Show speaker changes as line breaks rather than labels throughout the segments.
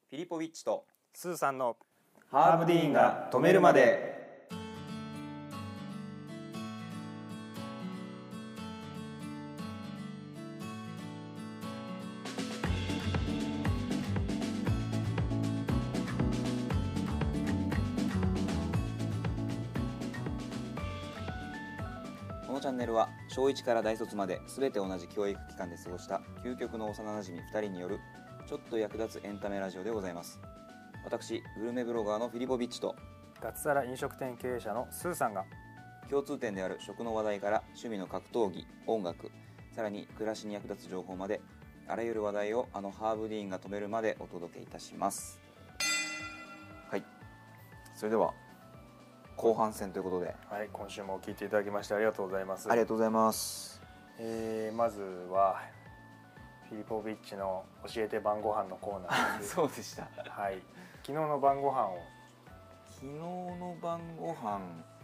フィリポビッチと
スーさんの
ハーブディーンが止めるまで。このチャンネルは小1から大卒まで全て同じ教育機関で過ごした究極の幼なじみ2人によるちょっと役立つエンタメラジオでございます。私グルメブロガーのフィリポビッチと
脱サラ飲食店経営者のスーさんが
共通点である食の話題から趣味の格闘技、音楽、さらに暮らしに役立つ情報まであらゆる話題をハーブディーンが止めるまでお届けいたします。はい、それでは後半戦ということで、
はい、今週も聞いていただきましてありがとうございます。
ありがとうございます。
まずはフィリポビッチの教えて晩ご飯のコーナーです。
そうでした。
はい、昨日の晩ご飯を
昨日の晩ご飯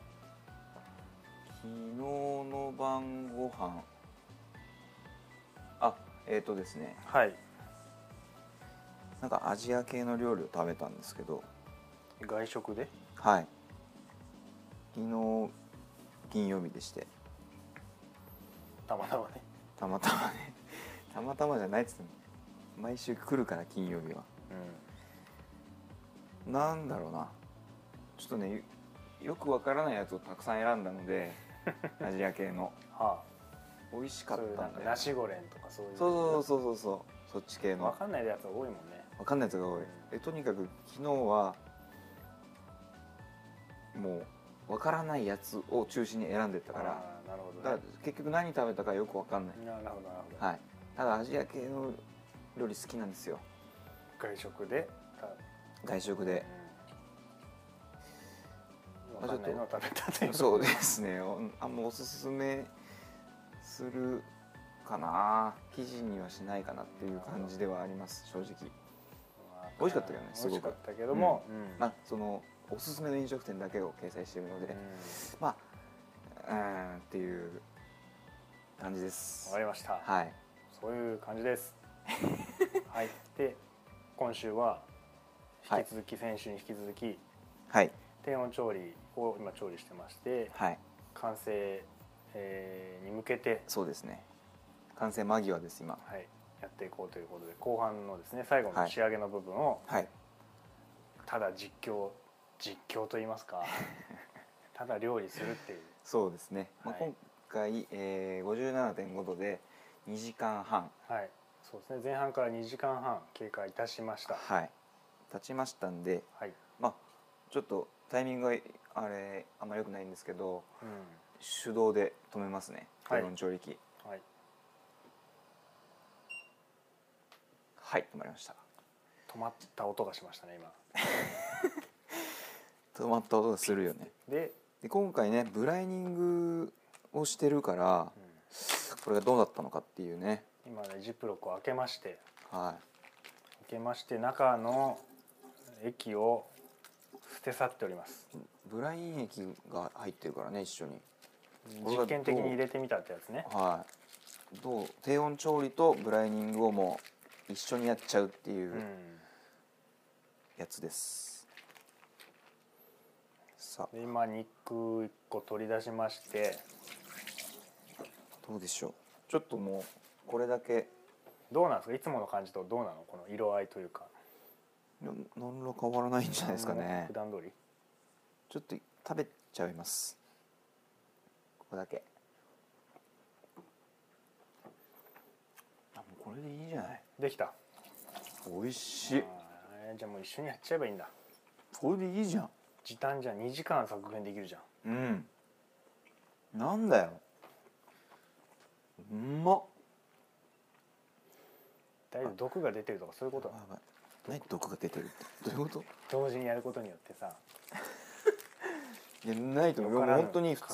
ですね、
はい、
なんかアジア系の料理を食べたんですけど、
外食で、
はい、昨日金曜日でして、
たまたまね
たまたまじゃないっつっても毎週来るから金曜日は、なんだろうな、ちょっとねよくわからないやつをたくさん選んだのでアジア系の、
は
美味しかったんだよ、
ナシゴレンとかそういう
そうそっち系の
分かんないやつが多いもんね。
わかんないやつが多い、とにかく昨日はもうわからないやつを中心に選んでったから、
なるほど、ね、
だから結局何食べたかよくわかんない。
なるほど、
はい、ただアジア系の料理好きなんですよ。
外食で、分かんないのを食べたという。
そうですね、あんまおすすめするかな、記事にはしないかなっていう感じではあります、正直。美味しかったけどね、すごく
美味しかったけども、
そのおすすめの飲食店だけを掲載しているので、っていう感じです。
わかりました。
はい、
そういう感じです。はい。で、今週は引き続き、先週に引き続き、
はい、
低温調理を今調理してまして、
はい、
完成、に向けて、
そうですね、完成間際です今。
はい、やっていこうということで、後半のですね、最後の仕上げの部分を、
はい、た
だ実況といいますかただ料理するっていう。
そうですね、
はい、
今回、57.5 度で2時間半、
はい、そうですね、前半から2時間半経過いたしました。
はい、経ちましたんで、
はい、
ちょっとタイミングがあんまり良くないんですけど、手動で止めますね、低温調理器。
はい、
はい、止まりました。
止まった音がしましたね今
止まった音がするよね。で今回ねブライニングをしてるから、これがどうだったのかっていうね。
今ねジップロックを開けまして、
開
けまして中の液を捨て去っております。
ブライン液が入ってるからね、一緒に。
実験的に入れてみたってやつね。
はい、低温調理とブライニングをもう一緒にやっちゃうっていうやつです、さあ
で今肉1個取り出しまして、
どうでしょう。ちょっともうこれだけ
どうなんですか、いつもの感じとどうなの、この色合いというか。
何ら変わらないんじゃないですかね。
普段通り。
ちょっと食べちゃいます、ここだけ。もうこれでいいじゃない。
できた。
美味しい。
じゃあもう一緒にやっちゃえばいいんだ。
これでいいじゃん。
時短じゃん、2時間削減できるじゃん。
なんだよ、うまっ。
だいぶ毒が出てるとかそういうこと。
何毒が出てるってどういうこと。
同時にやることによってさ
いやないと思う。本当に普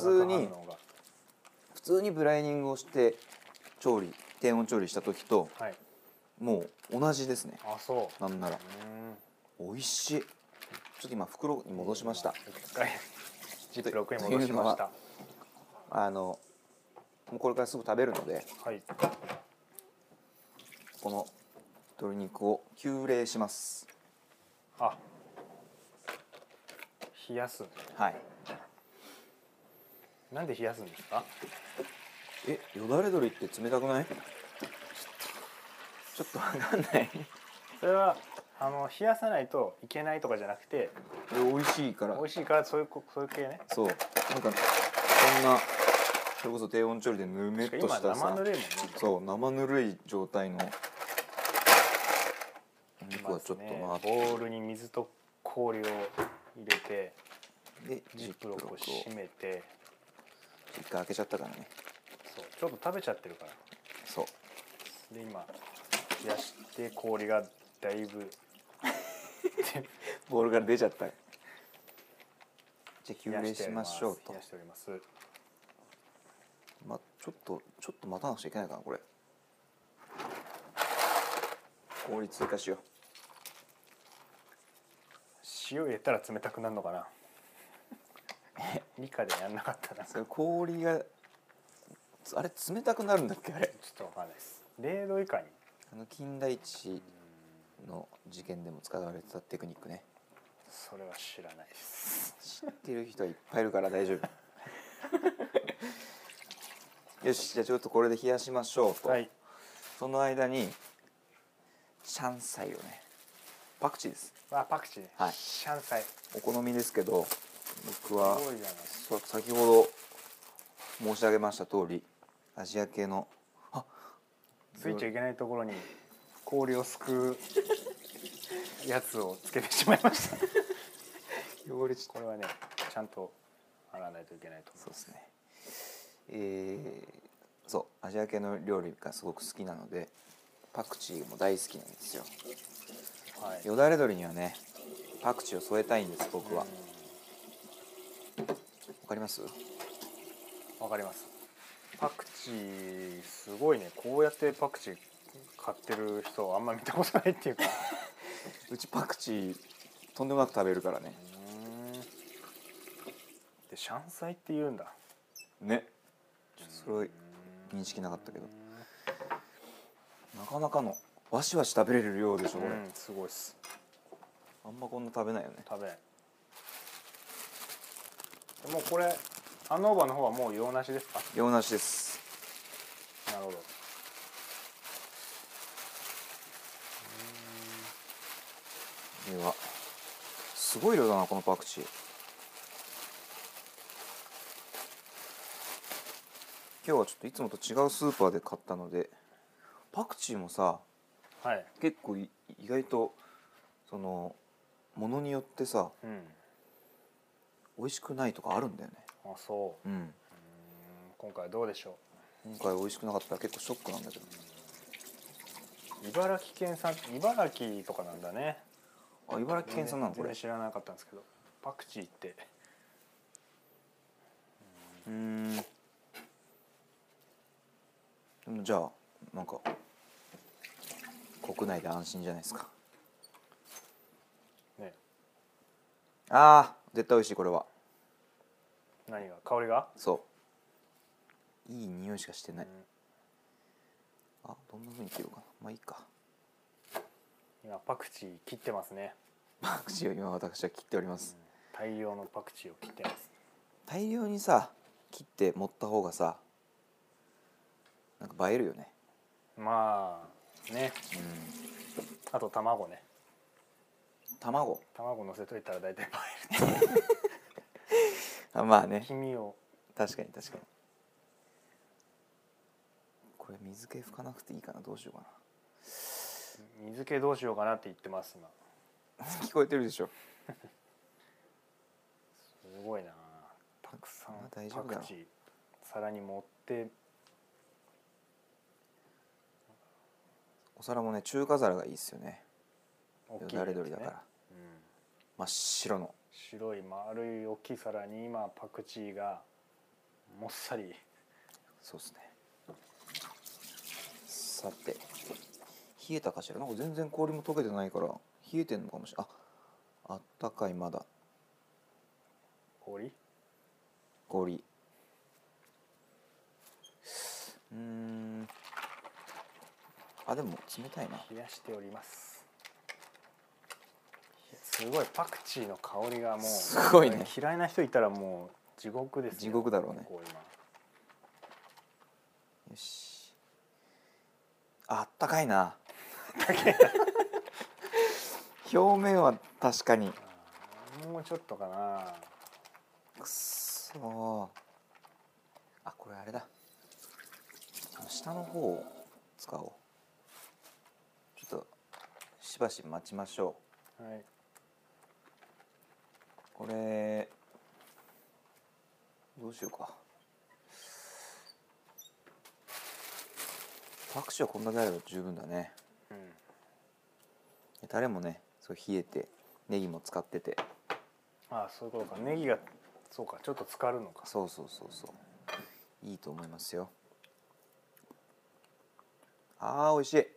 通にブライニングをして低温調理した時と、もう同じですね。
あ、そう。
なんなら美味しい。ちょっと今袋に戻しました。
ジップロックに戻しました。
もうこれからすぐ食べるので、この鶏肉を急冷します。
あ、冷やす。
はい。
なんで冷やすんですか？
よだれ鶏って冷たくない？ちょっとわかんない。
それは冷やさないといけないとかじゃなくて、
美味しいから。
美味しいからそういう系ね。
そう。なんかこんなそれこそ低温調理でぬめっとしたさ。
今生ぬるいもんね。
そう生ぬるい状態のお肉はちょっとな。
ボウルに水と氷を入れて、
で
ジップロックを閉めて。
一回開けちゃったからね。
そうちょっと食べちゃってるから。
そう
で今冷やして氷がだいぶ
ボールから出ちゃった。じゃあ急冷しましょうと。
冷やしております。
ちょっと待たなくちゃいけないかなこれ。氷追加しよう。
塩入れたら冷たくなるのかな。理科でやんなかったな。
それ氷があれ冷たくなるんだっけあれ。
ちょっとわかんないです。0度以下に。
金田一の事件でも使われてたテクニックね。
それは知らないです。
知ってる人はいっぱいいるから大丈夫。よし、じゃあちょっとこれで冷やしましょうと。
はい。
その間にシャンサイをね、パクチーです。
パクチーね。
はい。
シャンサイ。
お好みですけど、僕は
すごいじゃない。
先ほど申し上げました通りアジア系の
ついちゃいけないところに氷をすくうやつをつけてしまいました。
汚れちゃ
これはねちゃんと洗わないといけないと思います。
そうですね。そうアジア系の料理がすごく好きなのでパクチーも大好きなんですよ。
はい。
よだれ鶏にはねパクチーを添えたいんです僕は。わかります？
わかります。パクチーすごいね。こうやってパクチー買ってる人あんま見たことないっていうか。
うちパクチーとんでもなく食べるからね。
でシャンサイって言うんだ
ね。ちょっとそれ認識なかったけど、なかなかのわしわし食べれる量でしょこれ。
すごいっす。
あんまこんな食べないよね。
食べない。もうこれアンノーバーの方はもう洋梨ですか？
洋梨です。
なるほど。
ではすごい量だなこのパクチー。今日はちょっといつもと違うスーパーで買ったのでパクチーもさ、
はい、
結構意外とそのものによってさ、美味しくないとかあるんだよね。
あ、そう。今回どうでしょ
う。今回美味しくなかったら結構ショックなんだけど。
茨城県産、茨城とかなんだね。
あ、茨城県産なのこれ。
全然知らなかったんですけど、パクチーって。
でもじゃあなんか国内で安心じゃないですか。
ね。
ああ、絶対美味しいこれは。
何が？香りが？
そう。いい匂いしかしてない。あ、どんな風に切ろうかな。まあいいか。
今パクチー切ってますね。
パクチーを今私は切っております。
大量のパクチーを切ってます。
大量にさ切って持った方がさ、なんか映えるよね。
まあね。あと卵ね。卵乗せといたら大体映える。
あ、まあね。
黄身を。
確かに確かに。これ水気拭かなくていいかな。どうしようかな。
水気どうしようかなって言ってます今。
聞こえてるでしょ。
すごいな。たくさん
大丈夫だろう。
パクチー皿に盛って。
お皿もね、中華皿がいいですよね。
よ
だれ鶏だから、真っ白の
白い丸い大きい皿に今パクチーがもっさり。
そうですね。さて冷えたかしら。なんか全然氷も溶けてないから冷えてんのかもしれない。あったかい。まだ氷あ、でも冷たいな。
冷やしております。 すごいパクチーの香りがもう
すごいね。
嫌いな人いたらもう地獄ですね。
地獄だろうね。
こう今
よし。あったかいな。表面は確かに。
もうちょっとかな。
くっそー。あ、これあれだ。下の方を使おう。ちょっとしばし待ちましょ
う。はい。
これどうしようか。パクチーはこんだけあれば十分だね。
うん。
タレもね、そう冷えてネギも使ってて。
ああ、そういうことか。ネギがそうか、ちょっと浸かるのか。
そうそうそうそう。いいと思いますよ。あー、美味しい。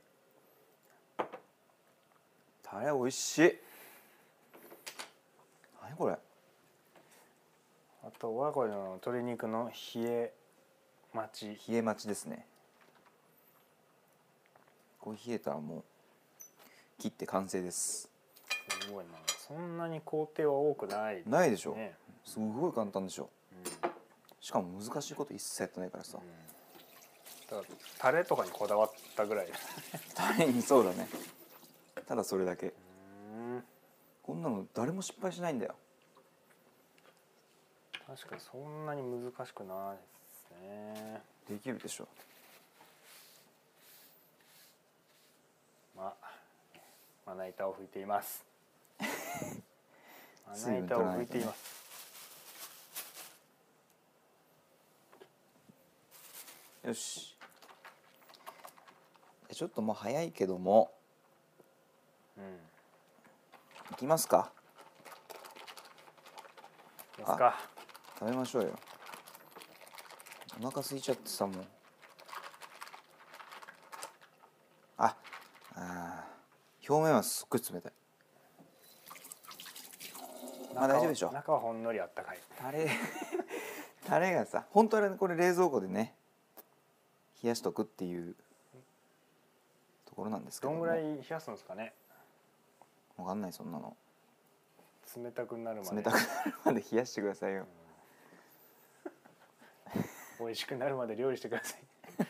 タレ美味しい。何これ。
あとはこれの鶏肉の冷え待ち。
冷え待ちですね。これ冷えたらもう切って完成です。
すごいな。そんなに工程は多くないですね。
ないでしょ。すごい簡単でしょ。
うん、
しかも難しいこと一切やってないからさ。
だからタレとかにこだわったぐらいです。
タレにそうだね。ただそれだけ。
うん、
こんなの誰も失敗しないんだよ。
確かにそんなに難しくないですね。
できるでしょ。
まな板を拭いています。まな板を拭いています。
よし。ちょっともう早いけども、
うん。
いきますか。
ですか。
食べましょうよ。お腹空いちゃってさ、もう。表面はすっごい冷たい。まあ大丈夫でしょ。
中はほんのりあったかい。
タレがさ、本当はこれ冷蔵庫でね冷やしとくっていうところなんですけども。
どんぐらい冷やすんですかね。
わかんない、そんなの。
冷たくなるまで。
冷たくなるまで冷やしてくださいよ。
美味しくなるまで料理してください。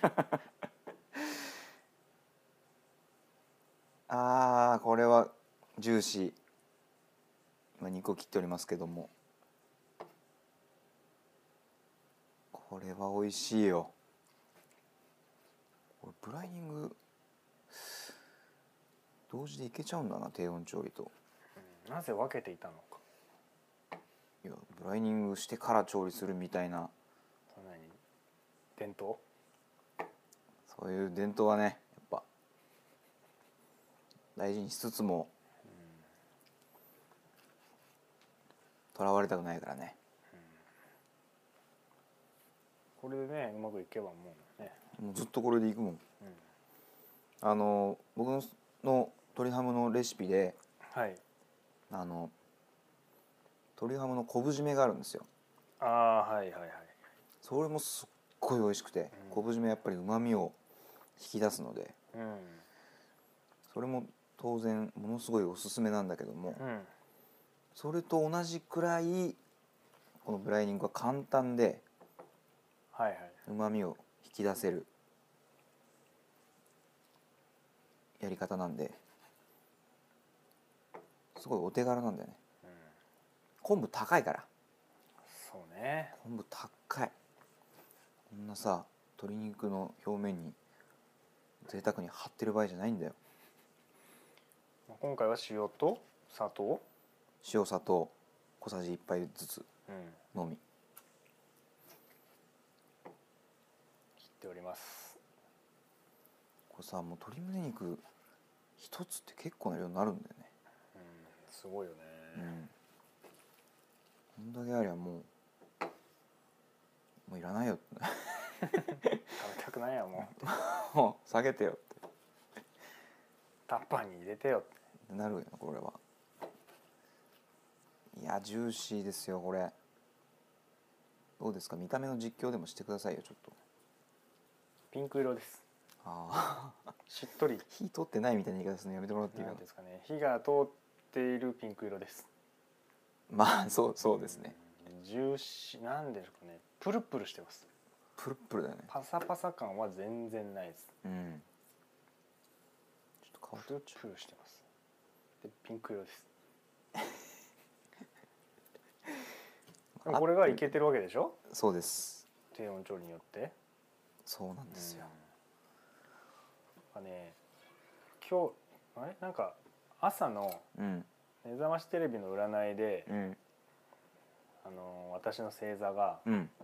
これはジューシー。今肉を切っておりますけども、これは美味しいよ。これブライニング同時でいけちゃうんだな、低温調理と。
なぜ分けていたのか。
いや、ブライニングしてから調理するみたいな、
伝統。
そういう伝統はね、やっぱ大事にしつつもとらわれたくないからね。
これでね、うまくいけばもうね。
もうずっとこれでいくもん。僕の鶏ハムのレシピで、
はい。
鶏ハムの昆布締めがあるんですよ。
ああ、はいはいはい。
それもすっごい美味しくて、昆布締めやっぱり旨味を引き出すので、それも当然ものすごいおすすめなんだけども、それと同じくらいこのブライニングは簡単で旨味を引き出せるやり方なんで、すごいお手軽なんだよね。昆布高いから。
そうね。
昆布高い。こんなさ、鶏肉の表面に贅沢に貼ってる場合じゃないんだよ。
今回は塩と砂糖、
塩砂糖小さじ1杯ずつのみ、
切っております。
これさ、もう鶏胸肉一つって結構な量になるんだよね。
すごいよね。
こんだけありゃもういらないよって
食べたくないやもう。
もう下げてよって
タッパーに入れてよって
なるよ、これは。いや、ジューシーですよこれ。どうですか、見た目の実況でもしてくださいよ、ちょっと。
ピンク色です。
ああ
しっとり。
火通ってないみたいな言い方するのやめてもらっていいかな。
なんですかね、火が通っっているピンク色です。
まあそうですね。
ジューシーなんでしょうかね、プルプルしてます。
プルプルだよね。
パサパサ感は全然ないです。
うん。ちょっと変わ
プルプルしてます。でピンク色です。でもこれがいけてるわけでしょ。
そうです。
低温調理によって。
そうなんですよ。
ね、今日あれなんか朝の目覚ましテレビの占いで、私の星座が、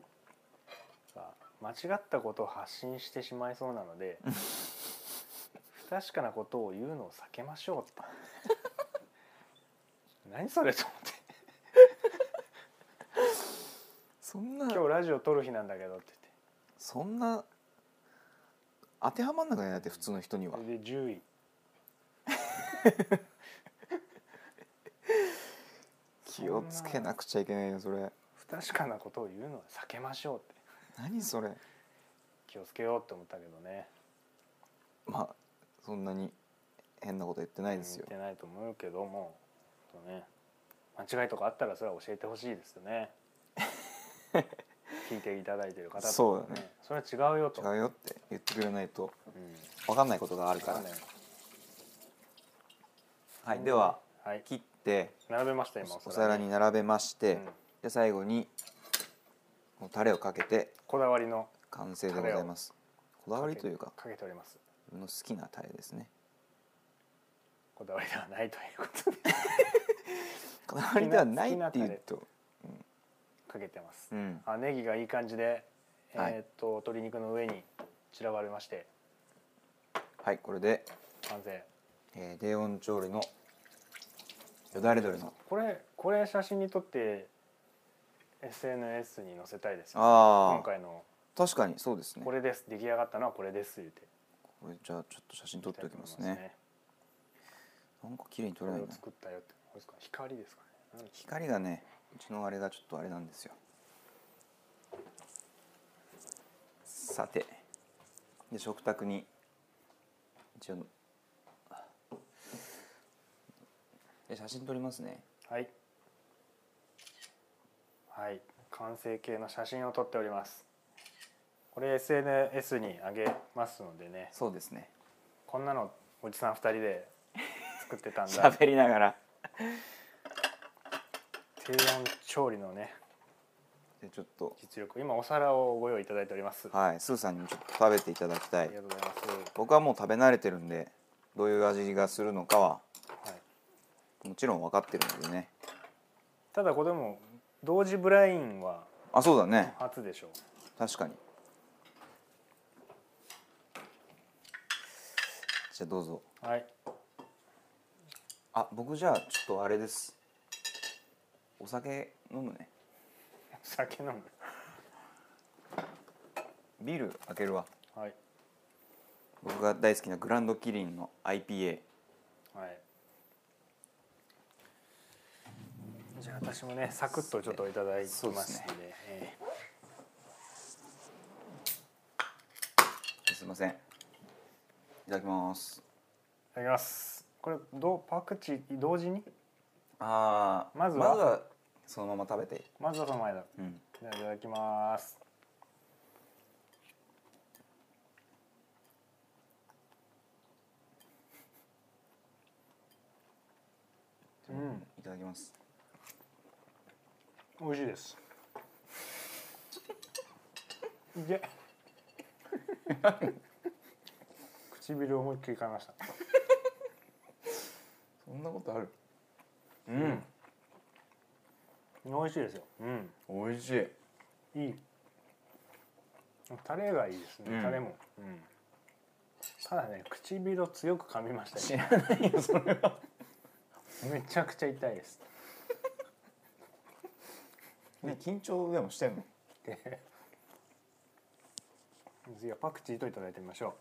間違ったことを発信してしまいそうなので不確かなことを言うのを避けましょうって何それと思って
そんな
今日ラジオ撮る日なんだけどって言って、
そんな当てはまんなくないなって、普通の人には。
それで10位
気をつけなくちゃいけないよそれ。
不確かなことを言うのは避けましょうって。
何それ。
気をつけようって思ったけどね。
まあそんなに変なこと言ってないですよ。
言ってないと思うけども、ね、間違いとかあったらそれは教えてほしいですよね聞いていただいている方とか、ね、
そうだね。
それは違うよと。
違うよって言ってくれないと分かんないことがあるから。はい、では、切って
並べました。今
お皿に並べまして、で最後にタレをかけて
こだわりの
完成でございます。こだわりというか
かけております。
自分の好きなタレですね。
こだわりではないということで
こだわりではないっていうと
かけてます。
うん、
ネギがいい感じで、鶏肉の上に散らばりまして、
はい、これで
完成。
低温調理のよだれ鶏の
これ写真に撮って SNS に載せたいですよ、
ね、今
回の。
確かにそうですね。
これです、出来上がったのはこれです言って。
これじゃあちょっと写真撮っておきますね。なんか綺麗に撮れないな。
作ったよって。光ですかね。
光がね、うちのあれがちょっとあれなんですよ。さて、で食卓に一応で写真撮りますね。
はいはい、完成形の写真を撮っております。これ SNS に上げますのでね。
そうですね。
こんなのおじさん2人で作ってたんだ
喋りながら
低温調理のね、
でちょっと
実力。今お皿をご用意いただいております。
はい、スーさんにもちょっと食べていただきたい。
ありがとうございます。
僕はもう食べ慣れてるんで、どういう味がするのかは、もちろん分かってるのでね。
ただこれも同時ブラインは
そうだね、
初でしょう。
確かに。じゃあどうぞ。
はい。
僕じゃあちょっとあれです、お酒飲むね。
酒飲む。
ビール開けるわ。
はい。
僕が大好きなグランドキリンの IPA。
はい。じゃあ私もね、サクッとちょっといただいてますので、
すいません。いただきます。
いただきます。これパクチー同時に？
まずはそのまま食べて。
まずはその前だ。
うん。
ではいただきます。
いただきます。
美味しいです。で唇を思いっきり噛みました。
そんなことある？
美味しいですよ。
美味しい。
いい。タレがいいですね。タレも。ただね、唇を強く噛みました
ね。知らないよそれは。
めちゃくちゃ痛いです。
ね、緊張でもしてんの？
次はパクチーといただいてみましょ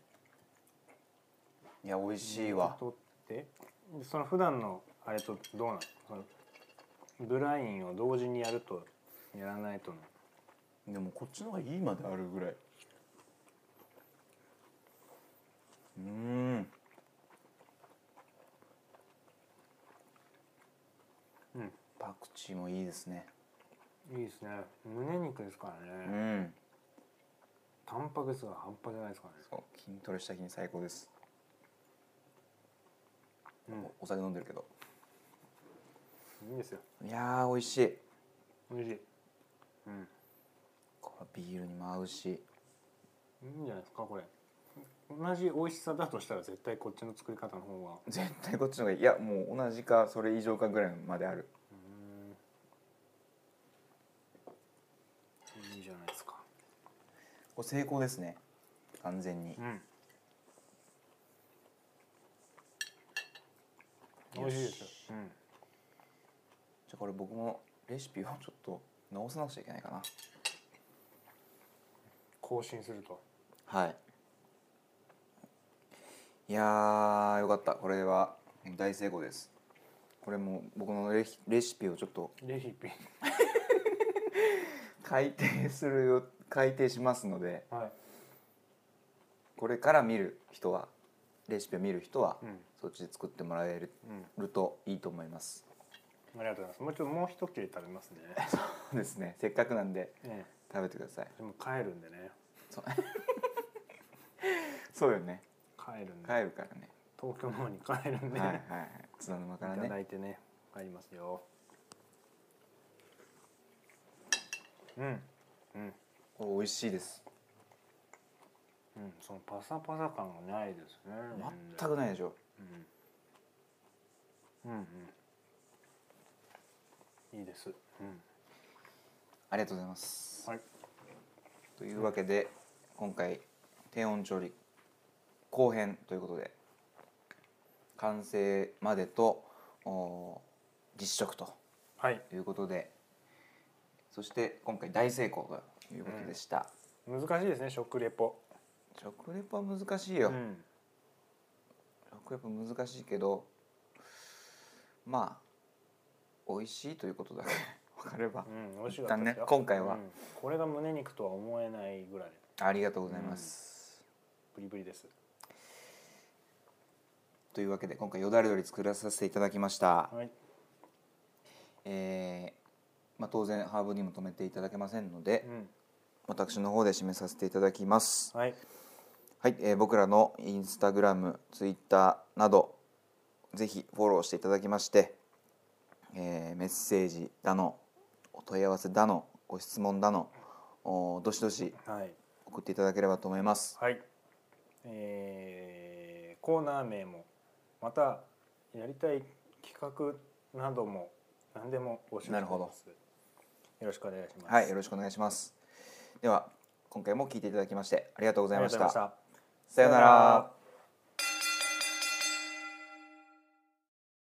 う。いや美味しいわ。
取ってその普段のあれとどうなの？そのブラインを同時にやるとやらないとの。
でもこっちの方がいいまであるぐらい。 パクチーもいいですね。
いいですね。胸肉ですから
う
ね。
ん。
タンパク質が半端じゃないですからね。
そう筋トレした日に最高です。
うん
お酒飲んでるけど。
いいですよ。
いやー美味しい。
美味しい。うん
これビールにも合うし。
いいんじゃないですかこれ。同じ美味しさだとしたら絶対こっちの作り方の方が。
絶対こっちの方がいい。いやもう同じかそれ以上かぐらいまである。
いいじゃないですか。
これ成功ですね。完全に。
美味しいですよ。
じゃあこれ僕もレシピをちょっと直さなくちゃいけないかな。
更新すると。
はい。いやーよかった。これは大成功です。これも僕のレシピをちょっと
レシピ。
改訂しますので、
はい。
これから見る人はレシピを見る人は、
うん
そっちで作ってもらえるといいと思います。
ありがとうございます。もう一切れ食べますね。
そうですね。せっかくなんで食べてください。
でも帰るんでね。
そうよね。
帰るんで。
帰るからね。
東京の方に帰るんで。
はいはい。津田沼からね。
いただいてね。帰りますよ。
これ美味しいです。
そのパサパサ感がないですね。
全くないでしょ。
いいです。
ありがとうございます。
はい。
というわけで今回低温調理後編ということで完成までと実食ということで、そして今回大成功ということでした。
難しいですね食レポ。
食レポは難しいよ。食レポ難しいけどまあ美味しいということだけ分かれば、
美味しかったですよ。
今回は、
これが胸肉とは思えないぐらい。
ありがとうございます。
ブリブリです。
というわけで今回よだれ鶏作らさせていただきました。
はい。
当然ハーブにも止めていただけませんので、私の方で締めさせていただきます。
はい。
はい、僕らのインスタグラム、ツイッターなどぜひフォローしていただきまして、メッセージだのお問い合わせだのご質問だのどしどし送っていただければと思います。
はい。コーナー名もまたやりたい企画なども何でも募集しています。よろしくお願いします。
はい、よろしくお願いします。では今回も聞いていただきましてありがとうございました。
ありがとうございました。
さようなら。